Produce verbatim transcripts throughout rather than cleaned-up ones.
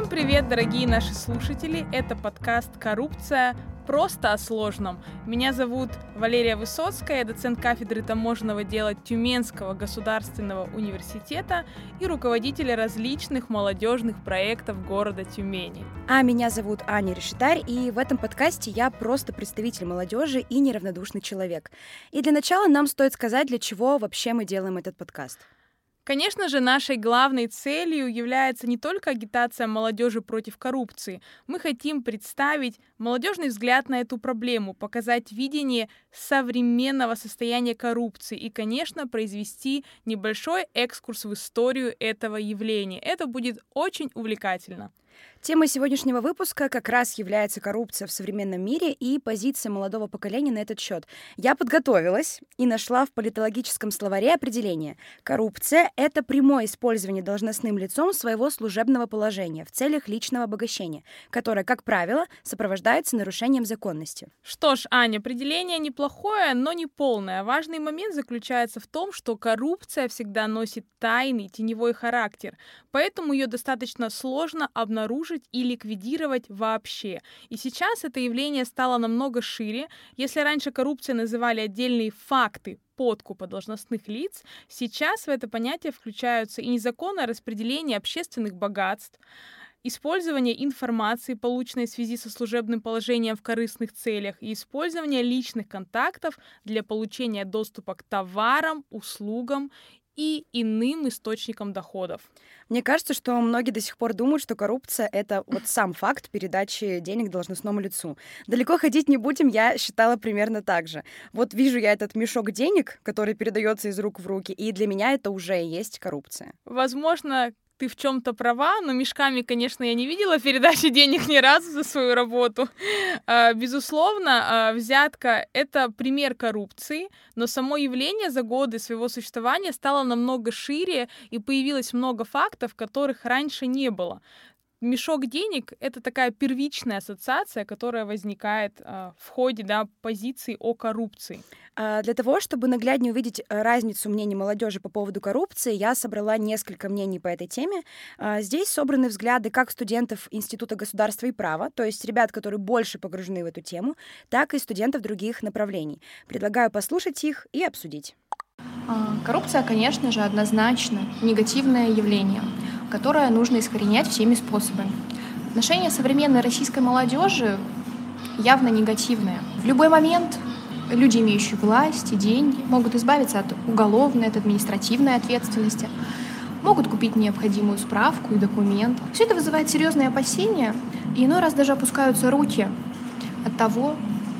Всем привет, дорогие наши слушатели! Это подкаст «Коррупция. Просто о сложном». Меня зовут Валерия Высоцкая, я доцент кафедры таможенного дела Тюменского государственного университета и руководитель различных молодежных проектов города Тюмени. А меня зовут Аня Решетарь, и в этом подкасте я просто представитель молодежи и неравнодушный человек. И для начала нам стоит сказать, для чего вообще мы делаем этот подкаст. Конечно же, нашей главной целью является не только агитация молодежи против коррупции. Мы хотим представить молодежный взгляд на эту проблему, показать видение современного состояния коррупции и, конечно, произвести небольшой экскурс в историю этого явления. Это будет очень увлекательно. Темой сегодняшнего выпуска как раз является коррупция в современном мире и позиция молодого поколения на этот счет. Я подготовилась и нашла в политологическом словаре определение. Коррупция — это прямое использование должностным лицом своего служебного положения в целях личного обогащения, которое, как правило, сопровождается нарушением законности. Что ж, Аня, определение неплохое, но не полное. Важный момент заключается в том, что коррупция всегда носит тайный, теневой характер, поэтому ее достаточно сложно обнаружить и ликвидировать вообще. И сейчас это явление стало намного шире. Если раньше коррупцией называли отдельные факты подкупа должностных лиц, сейчас в это понятие включаются и незаконное распределение общественных богатств, использование информации, полученной в связи со служебным положением в корыстных целях, и использование личных контактов для получения доступа к товарам, услугам и иным источникам доходов. Мне кажется, что многие до сих пор думают, что коррупция — это вот сам факт передачи денег должностному лицу. Далеко ходить не будем, я считала примерно так же. Вот вижу я этот мешок денег, который передается из рук в руки, и для меня это уже и есть коррупция. Возможно, ты в чем-то права, но мешками, конечно, я не видела передачи денег ни разу за свою работу. Безусловно, взятка — это пример коррупции, но само явление за годы своего существования стало намного шире, и появилось много фактов, которых раньше не было. Мешок денег — это такая первичная ассоциация, которая возникает э, в ходе да, позиции о коррупции. А для того, чтобы нагляднее увидеть разницу мнений молодежи по поводу коррупции, я собрала несколько мнений по этой теме. А здесь собраны взгляды как студентов Института государства и права, то есть ребят, которые больше погружены в эту тему, так и студентов других направлений. Предлагаю послушать их и обсудить. Коррупция, конечно же, однозначно негативное явление, которое нужно искоренять всеми способами. Отношение современной российской молодежи явно негативное. В любой момент люди, имеющие власть и деньги, могут избавиться от уголовной, от административной ответственности, могут купить необходимую справку и документ. Все это вызывает серьезные опасения, и иной раз даже опускаются руки от того,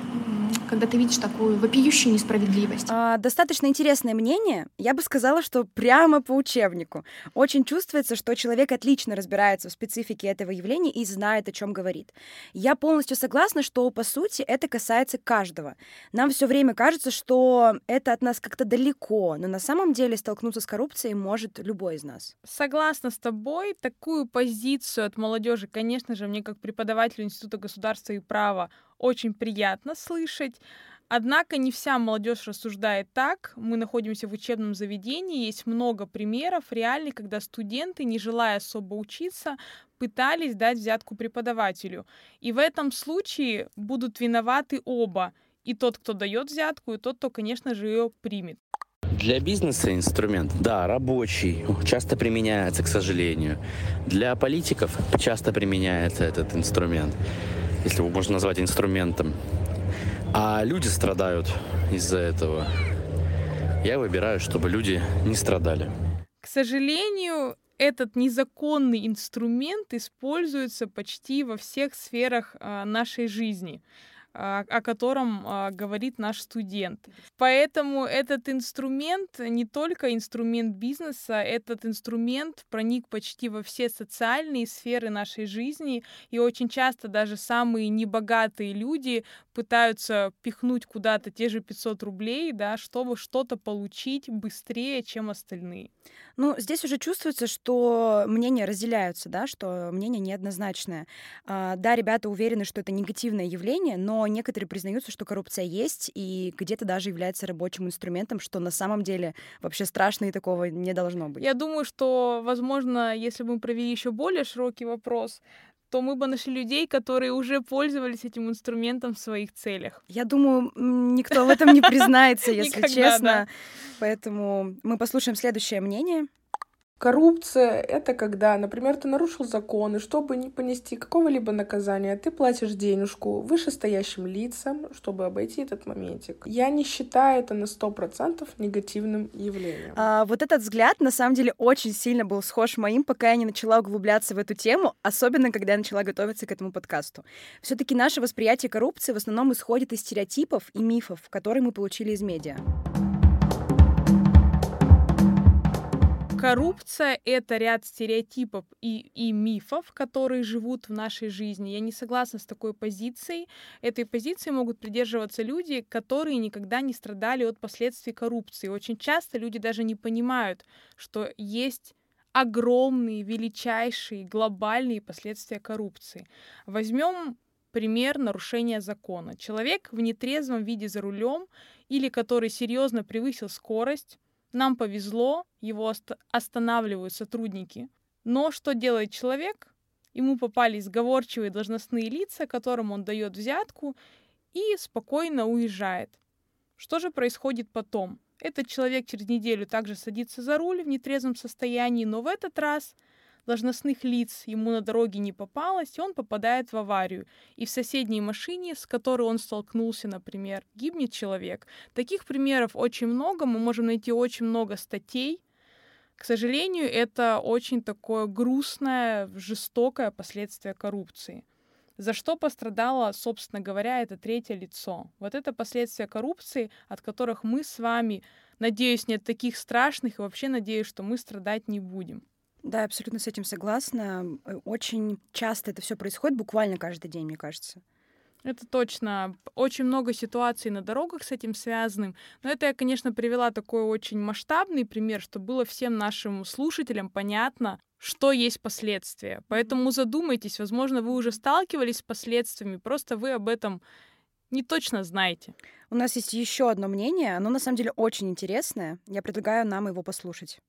когда ты видишь такую вопиющую несправедливость. А, достаточно интересное мнение. Я бы сказала, что прямо по учебнику. Очень чувствуется, что человек отлично разбирается в специфике этого явления и знает, о чем говорит. Я полностью согласна, что, по сути, это касается каждого. Нам все время кажется, что это от нас как-то далеко, но на самом деле столкнуться с коррупцией может любой из нас. Согласна с тобой, такую позицию от молодежи, конечно же, мне как преподавателю Института государства и права очень приятно слышать. Однако не вся молодежь рассуждает так. Мы находимся в учебном заведении, есть много примеров реальных, когда студенты, не желая особо учиться, пытались дать взятку преподавателю. И в этом случае будут виноваты оба. И тот, кто дает взятку, и тот, кто, конечно же, ее примет. Для бизнеса инструмент, да, рабочий, часто применяется, к сожалению. Для политиков часто применяется этот инструмент, если его можно назвать инструментом. А люди страдают из-за этого. Я выбираю, чтобы люди не страдали. К сожалению, этот незаконный инструмент используется почти во всех сферах а, нашей жизни, а, о котором а, говорит наш студент. Поэтому этот инструмент не только инструмент бизнеса, этот инструмент проник почти во все социальные сферы нашей жизни, и очень часто даже самые небогатые люди пытаются пихнуть куда-то те же пятьсот рублей, да, чтобы что-то получить быстрее, чем остальные. Ну, здесь уже чувствуется, что мнения разделяются, да, что мнение неоднозначное. А, да, ребята уверены, что это негативное явление, но но некоторые признаются, что коррупция есть и где-то даже является рабочим инструментом, что на самом деле вообще страшно и такого не должно быть. Я думаю, что, возможно, если бы мы провели еще более широкий вопрос, то мы бы нашли людей, которые уже пользовались этим инструментом в своих целях. Я думаю, никто в этом не признается, если Никогда, честно. да. Поэтому мы послушаем следующее мнение. Коррупция — это когда, например, ты нарушил закон, и чтобы не понести какого-либо наказания, ты платишь денежку вышестоящим лицам, чтобы обойти этот моментик. Я не считаю это на сто процентов негативным явлением. А, вот этот взгляд, на самом деле, очень сильно был схож с моим, пока я не начала углубляться в эту тему, особенно когда я начала готовиться к этому подкасту. Все-таки наше восприятие коррупции в основном исходит из стереотипов и мифов, которые мы получили из медиа. Коррупция — это ряд стереотипов и, и мифов, которые живут в нашей жизни. Я не согласна с такой позицией. Этой позиции могут придерживаться люди, которые никогда не страдали от последствий коррупции. Очень часто люди даже не понимают, что есть огромные, величайшие, глобальные последствия коррупции. Возьмем пример нарушения закона. Человек в нетрезвом виде за рулем или который серьезно превысил скорость. Нам повезло, его останавливают сотрудники. Но что делает человек? Ему попались сговорчивые должностные лица, которым он дает взятку и спокойно уезжает. Что же происходит потом? Этот человек через неделю также садится за руль в нетрезвом состоянии, но в этот раз должностных лиц ему на дороге не попалось, и он попадает в аварию. И в соседней машине, с которой он столкнулся, например, гибнет человек. Таких примеров очень много, мы можем найти очень много статей. К сожалению, это очень такое грустное, жестокое последствие коррупции. За что пострадало, собственно говоря, это третье лицо. Вот это последствия коррупции, от которых мы с вами, надеюсь, нет таких страшных, и вообще надеюсь, что мы страдать не будем. Да, я абсолютно с этим согласна. Очень часто это все происходит, буквально каждый день, мне кажется. Это точно. Очень много ситуаций на дорогах с этим связанным. Но это я, конечно, привела такой очень масштабный пример, чтобы было всем нашим слушателям понятно, что есть последствия. Поэтому задумайтесь, возможно, вы уже сталкивались с последствиями, просто вы об этом не точно знаете. У нас есть еще одно мнение, оно на самом деле очень интересное. Я предлагаю нам его послушать.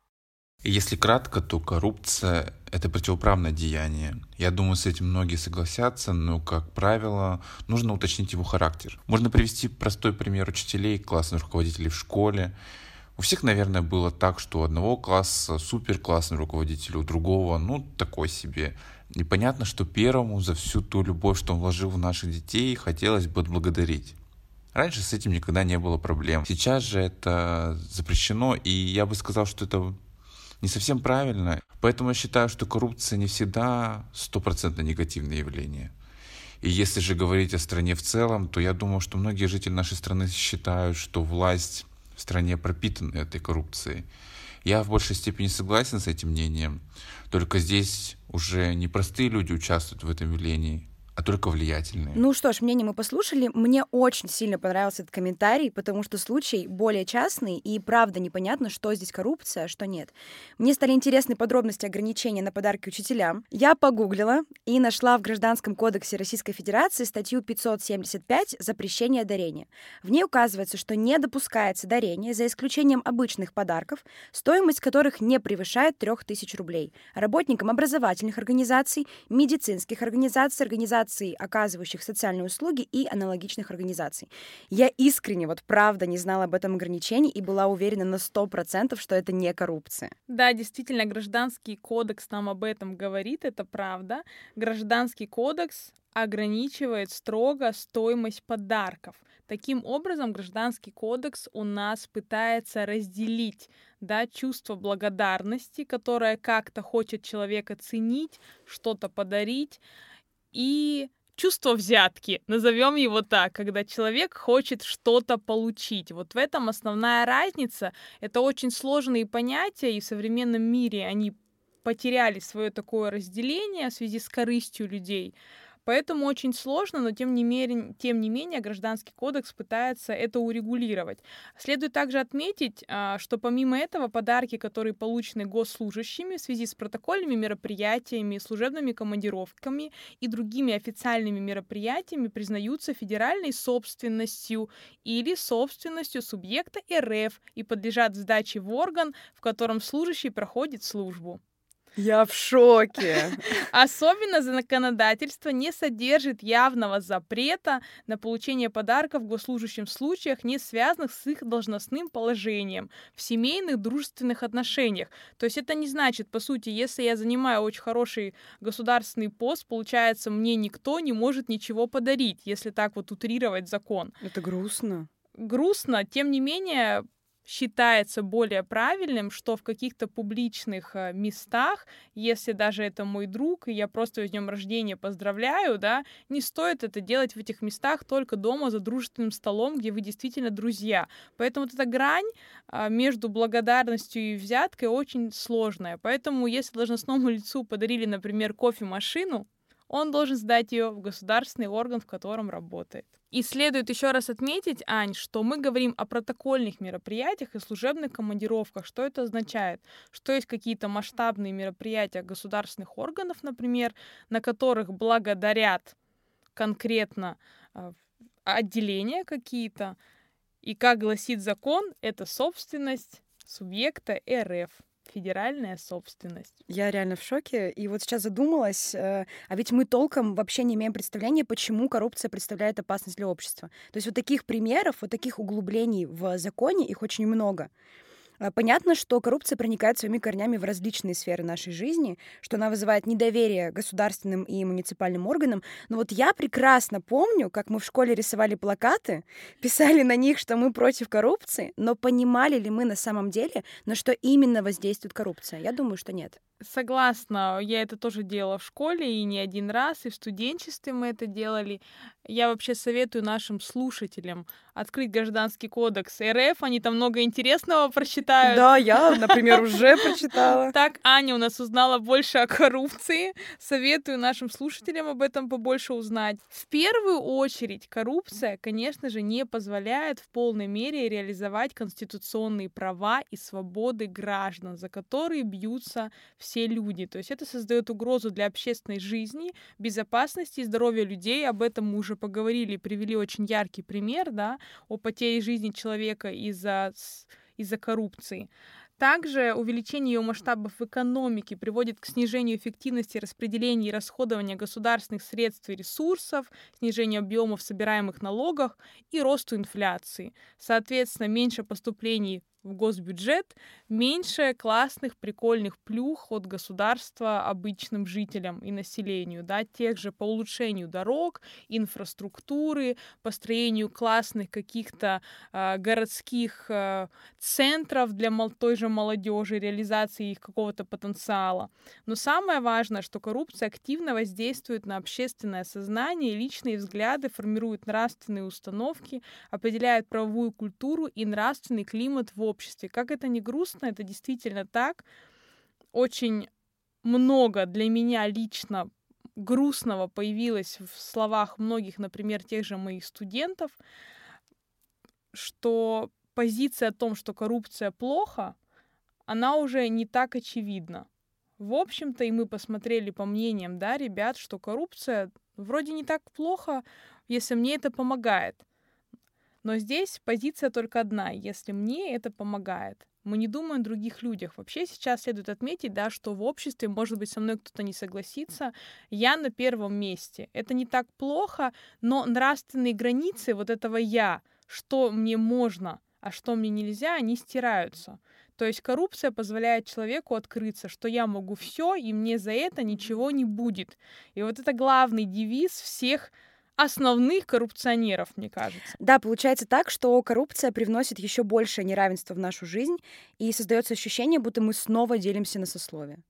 Если кратко, то коррупция — это противоправное деяние. Я думаю, с этим многие согласятся, но, как правило, нужно уточнить его характер. Можно привести простой пример учителей, классных руководителей в школе. У всех, наверное, было так, что у одного класса супер классный руководитель, у другого, ну, такой себе. И понятно, что первому за всю ту любовь, что он вложил в наших детей, хотелось бы отблагодарить. Раньше с этим никогда не было проблем. Сейчас же это запрещено, и я бы сказал, что это не совсем правильно. Поэтому я считаю, что коррупция не всегда стопроцентно негативное явление. И если же говорить о стране в целом, то я думаю, что многие жители нашей страны считают, что власть в стране пропитана этой коррупцией. Я в большей степени согласен с этим мнением. Только здесь уже не простые люди участвуют в этом явлении, а только влиятельные. Ну что ж, мнение мы послушали. Мне очень сильно понравился этот комментарий, потому что случай более частный, и правда непонятно, что здесь коррупция, а что нет. Мне стали интересны подробности ограничения на подарки учителям. Я погуглила и нашла в Гражданском кодексе Российской Федерации статью пятьсот семьдесят пять «Запрещение дарения». В ней указывается, что не допускается дарение, за исключением обычных подарков, стоимость которых не превышает трех тысяч рублей, работникам образовательных организаций, медицинских организаций, организаций, оказывающих социальные услуги и аналогичных организаций. Я искренне, вот правда, не знала об этом ограничении и была уверена на сто процентов, что это не коррупция. Да, действительно, Гражданский кодекс нам об этом говорит, это правда. Гражданский кодекс ограничивает строго стоимость подарков. Таким образом, Гражданский кодекс у нас пытается разделить, да, чувство благодарности, которое как-то хочет человек оценить, что-то подарить, и чувство взятки, назовем его так, когда человек хочет что-то получить. Вот в этом основная разница. Это очень сложные понятия, и в современном мире они потеряли свое такое разделение в связи с корыстью людей. Поэтому очень сложно, но тем не менее, тем не менее Гражданский кодекс пытается это урегулировать. Следует также отметить, что помимо этого подарки, которые получены госслужащими в связи с протокольными мероприятиями, служебными командировками и другими официальными мероприятиями, признаются федеральной собственностью или собственностью субъекта эр эф и подлежат сдаче в орган, в котором служащий проходит службу. Я в шоке. Особенно законодательство не содержит явного запрета на получение подарков госслужащим в случаях, не связанных с их должностным положением в семейных дружественных отношениях. То есть это не значит, по сути, если я занимаю очень хороший государственный пост, получается, мне никто не может ничего подарить, если так вот утрировать закон. Это грустно. Грустно, тем не менее, считается более правильным, что в каких-то публичных местах, если даже это мой друг, и я просто с днем рождения поздравляю, да, не стоит это делать в этих местах только дома за дружественным столом, где вы действительно друзья. Поэтому вот эта грань между благодарностью и взяткой очень сложная. Поэтому если должностному лицу подарили, например, кофемашину, он должен сдать ее в государственный орган, в котором работает. И следует еще раз отметить, Ань, что мы говорим о протокольных мероприятиях и служебных командировках. Что это означает? Что есть какие-то масштабные мероприятия государственных органов, например, на которых благодарят конкретно э, отделения какие-то. И, как гласит закон, это собственность субъекта эр эф. Федеральная собственность. Я реально в шоке. И вот сейчас задумалась, э, а ведь мы толком вообще не имеем представления, почему коррупция представляет опасность для общества. То есть вот таких примеров, вот таких углублений в законе, их очень много. Понятно, что коррупция проникает своими корнями в различные сферы нашей жизни, что она вызывает недоверие государственным и муниципальным органам. Но вот я прекрасно помню, как мы в школе рисовали плакаты, писали на них, что мы против коррупции, но понимали ли мы на самом деле, на что именно воздействует коррупция? Я думаю, что нет. Согласна, я это тоже делала в школе, и не один раз, и в студенчестве мы это делали. Я вообще советую нашим слушателям открыть Гражданский кодекс эр эф, они там много интересного прочитают. Да, я, например, уже прочитала. Так Аня у нас узнала больше о коррупции. Советую нашим слушателям об этом побольше узнать. В первую очередь, коррупция, конечно же, не позволяет в полной мере реализовать конституционные права и свободы граждан, за которые бьются все люди. То есть это создает угрозу для общественной жизни, безопасности и здоровья людей. Об этом мы уже поговорили, привели очень яркий пример, да, о потере жизни человека из-за, из-за коррупции. Также увеличение ее масштабов в экономике приводит к снижению эффективности распределения и расходования государственных средств и ресурсов, снижению объемов собираемых налогов и росту инфляции. Соответственно, меньше поступлений в госбюджет, меньше классных, прикольных плюх от государства обычным жителям и населению, да, тех же по улучшению дорог, инфраструктуры, построению классных каких-то э, городских э, центров для мол- той же молодежи, реализации их какого-то потенциала. Но самое важное, что коррупция активно воздействует на общественное сознание, личные взгляды, формирует нравственные установки, определяет правовую культуру и нравственный климат в обществе. Как это ни грустно, это действительно так. Очень много для меня лично грустного появилось в словах многих, например, тех же моих студентов, что позиция о том, что коррупция плохо, она уже не так очевидна. В общем-то, и мы посмотрели по мнениям, да, ребят, что коррупция вроде не так плохо, если мне это помогает. Но здесь позиция только одна. Если мне это помогает, мы не думаем о других людях. Вообще сейчас следует отметить, да, что в обществе, может быть, со мной кто-то не согласится, я на первом месте. Это не так плохо, но нравственные границы вот этого «я», что мне можно, а что мне нельзя, они стираются. То есть коррупция позволяет человеку открыться, что я могу все, и мне за это ничего не будет. И вот это главный девиз всех основных коррупционеров, мне кажется. Да, получается так, что коррупция привносит еще большее неравенство в нашу жизнь, и создается ощущение, будто мы снова делимся на сословия.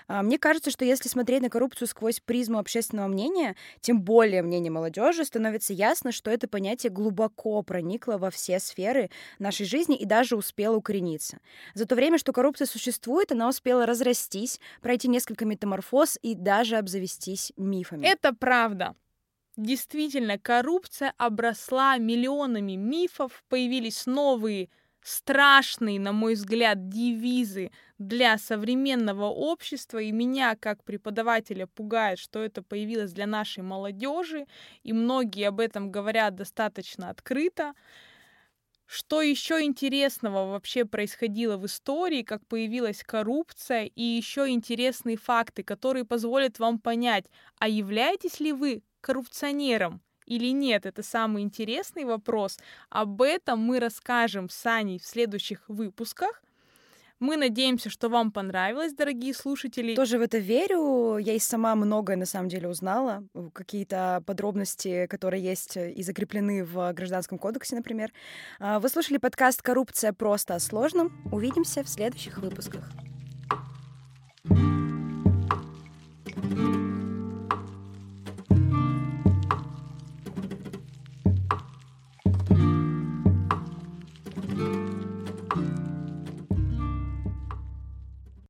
А, Мне кажется, что если смотреть на коррупцию сквозь призму общественного мнения, тем более мнения молодежи, становится ясно, что это понятие глубоко проникло во все сферы нашей жизни и даже успело укорениться. За то время, что коррупция существует, она успела разрастись, пройти несколько метаморфоз и даже обзавестись мифами. Это правда. Действительно, коррупция обросла миллионами мифов, появились новые страшные, на мой взгляд, девизы для современного общества, и меня, как преподавателя, пугает, что это появилось для нашей молодежи, и многие об этом говорят достаточно открыто. Что еще интересного вообще происходило в истории, как появилась коррупция, и еще интересные факты, которые позволят вам понять, а являетесь ли вы коррупционером или нет, это самый интересный вопрос. Об этом мы расскажем с Аней в следующих выпусках. Мы надеемся, что вам понравилось, дорогие слушатели. Тоже в это верю. Я и сама многое на самом деле узнала. Какие-то подробности, которые есть и закреплены в Гражданском кодексе, например. Вы слушали подкаст «Коррупция просто о сложном». Увидимся в следующих выпусках.